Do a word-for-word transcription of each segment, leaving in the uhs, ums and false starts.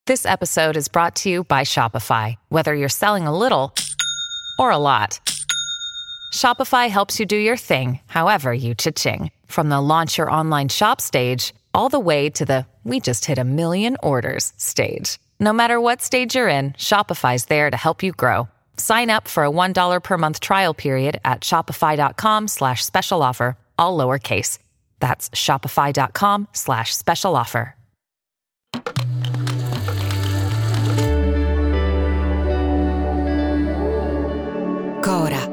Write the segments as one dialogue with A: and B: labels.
A: This episode is brought to you by Shopify. Whether you're selling a little or a lot, Shopify helps you do your thing, however you cha-ching. From the launch your online shop stage, all the way to the we just hit a million orders stage. No matter what stage you're in, Shopify's there to help you grow. Sign up for a one dollar per month trial period at shopify.com slash special offer, all lowercase. That's shopify.com slash special offer.
B: Cora.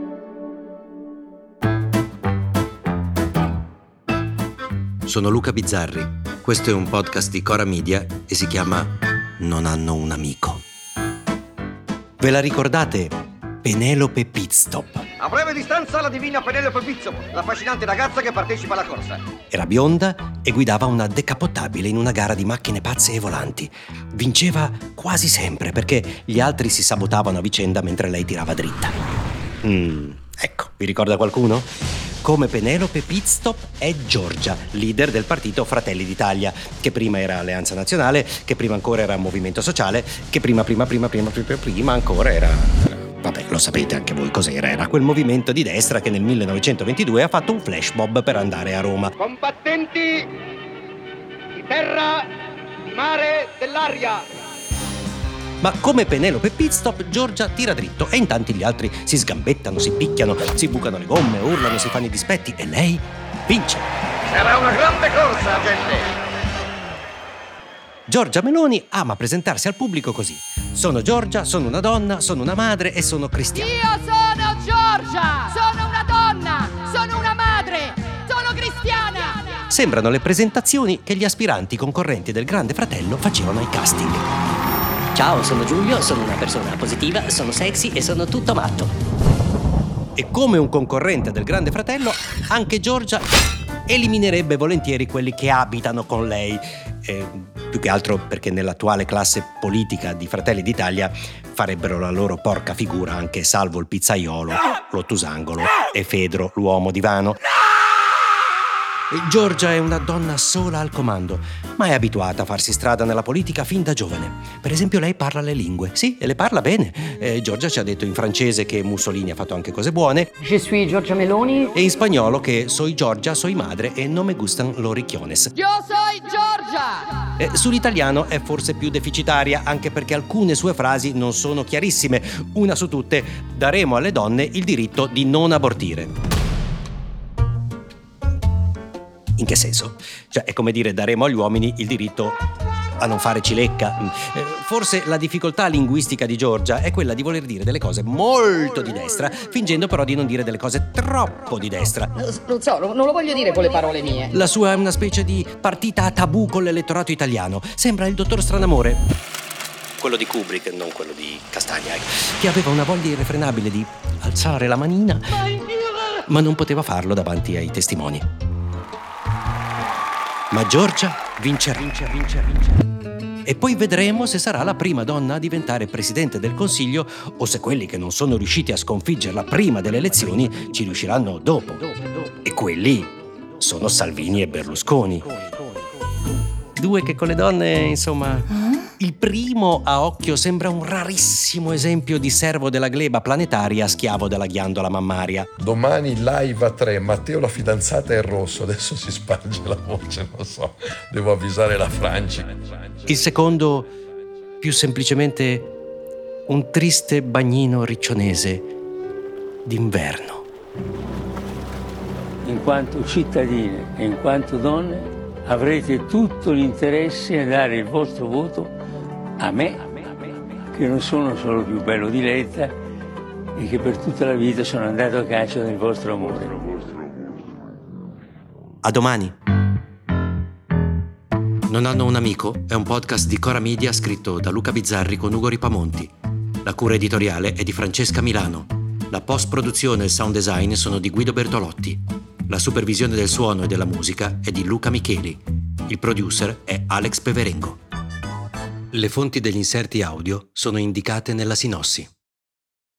C: Sono Luca Bizzarri, questo è un podcast di Cora Media e si chiama Non hanno un amico. Ve la ricordate? Penelope Pitstop.
D: A breve distanza la divina Penelope Pitstop, la affascinante ragazza che partecipa alla corsa.
C: Era bionda e guidava una decappottabile in una gara di macchine pazze e volanti. Vinceva quasi sempre perché gli altri si sabotavano a vicenda mentre lei tirava dritta. Mm, ecco, vi ricorda qualcuno? Come Penelope Pitstop è Giorgia, leader del partito Fratelli d'Italia, che prima era Alleanza Nazionale, che prima ancora era Movimento Sociale, che prima, prima, prima, prima, prima, prima ancora era... Vabbè, lo sapete anche voi cos'era. Era quel movimento di destra che nel millenovecentoventidue ha fatto un flash mob per andare a Roma.
D: Combattenti di terra, di mare, dell'aria.
C: Ma come Penelope Pitstop, Giorgia tira dritto e in tanti gli altri si sgambettano, si picchiano, si bucano le gomme, urlano, si fanno i dispetti e lei vince.
D: Sarà una grande corsa, gente!
C: Giorgia Meloni ama presentarsi al pubblico così. Sono Giorgia, sono una donna, sono una madre e sono cristiana.
E: Io sono Giorgia, sono una donna, sono una madre, sono cristiana.
C: Sembrano le presentazioni che gli aspiranti concorrenti del Grande Fratello facevano ai casting.
F: Ciao, sono Giulio, sono una persona positiva, sono sexy e sono tutto matto.
C: E come un concorrente del Grande Fratello, anche Giorgia eliminerebbe volentieri quelli che abitano con lei. Eh, più che altro perché nell'attuale classe politica di Fratelli d'Italia farebbero la loro porca figura anche Salvo il pizzaiolo, l'ottusangolo e Fedro l'uomo divano. Giorgia è una donna sola al comando, ma è abituata a farsi strada nella politica fin da giovane. Per esempio lei parla le lingue, sì, e le parla bene. Eh, Giorgia ci ha detto in francese che Mussolini ha fatto anche cose buone.
G: Je suis Giorgia Meloni.
C: E in spagnolo che soy Giorgia, soy madre e no me gustan los riquiones.
E: Io sono Giorgia.
C: Eh, sull'italiano è forse più deficitaria, anche perché alcune sue frasi non sono chiarissime. Una su tutte: daremo alle donne il diritto di non abortire. In che senso? Cioè, è come dire daremo agli uomini il diritto a non fare cilecca. Eh, forse la difficoltà linguistica di Giorgia è quella di voler dire delle cose molto di destra, fingendo però di non dire delle cose troppo di destra.
G: Non so, non lo voglio dire con le parole mie.
C: La sua è una specie di partita a tabù con l'elettorato italiano. Sembra il dottor Stranamore, quello di Kubrick, non quello di Castagna, che aveva una voglia irrefrenabile di alzare la manina, ma non poteva farlo davanti ai testimoni. Ma Giorgia vincerà. Vince, vince, vince. E poi vedremo se sarà la prima donna a diventare presidente del Consiglio o se quelli che non sono riusciti a sconfiggerla prima delle elezioni ci riusciranno dopo. E quelli sono Salvini e Berlusconi. Due che con le donne, insomma... Il primo a occhio sembra un rarissimo esempio di servo della gleba planetaria schiavo della ghiandola mammaria.
H: Domani live a tre, Matteo la fidanzata è rosso, adesso si sparge la voce, non so, devo avvisare la Franci.
C: Il secondo, più semplicemente un triste bagnino riccionese d'inverno.
I: In quanto cittadine e in quanto donne avrete tutto l'interesse a dare il vostro voto a me, che non sono solo più bello di Letta e che per tutta la vita sono andato a caccia del vostro amore.
C: A domani. Non hanno un amico è un podcast di Cora Media scritto da Luca Bizzarri con Ugo Ripamonti. La cura editoriale è di Francesca Milano. La post-produzione e il sound design sono di Guido Bertolotti. La supervisione del suono e della musica è di Luca Micheli. Il producer è Alex Peverengo. Le fonti degli inserti audio sono indicate nella sinossi.